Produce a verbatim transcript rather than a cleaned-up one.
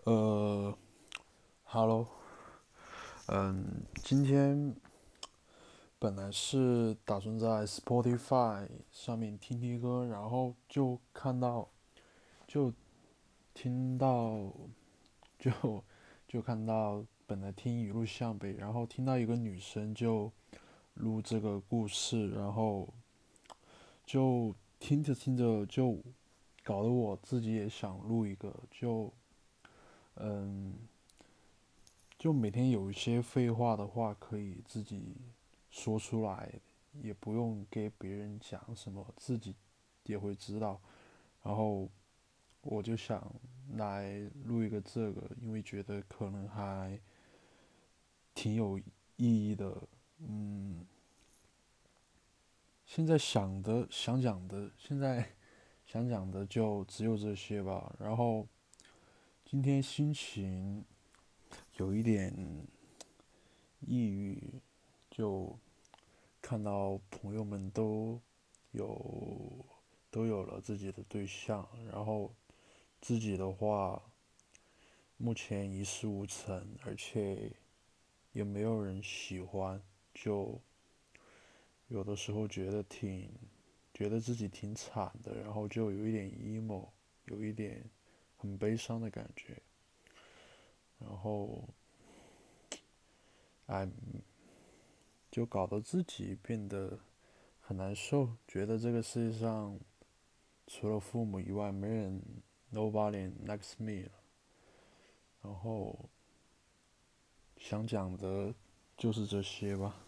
呃，Hello，嗯，今天本来是打算在 Spotify 上面听听歌，然后就看到，就听到，就就看到，本来听一路向北，然后听到一个女生就录这个故事，然后就听着听着就搞得我自己也想录一个，就嗯。就每天有一些废话的话可以自己说出来，也不用给别人讲什么，自己也会知道。然后我就想来录一个这个，因为觉得可能还挺有意义的。嗯，现在想的想讲的，现在想讲的就只有这些吧。然后今天心情有一点抑郁，就看到朋友们都有都有了自己的对象，然后自己的话目前一事无成，而且也没有人喜欢，就有的时候觉得挺觉得自己挺惨的，然后就有一点 emo，有一点很悲伤的感觉，然后哎，就搞得自己变得很难受，觉得这个世界上除了父母以外，没人 nobody likes me 了。然后想讲的就是这些吧。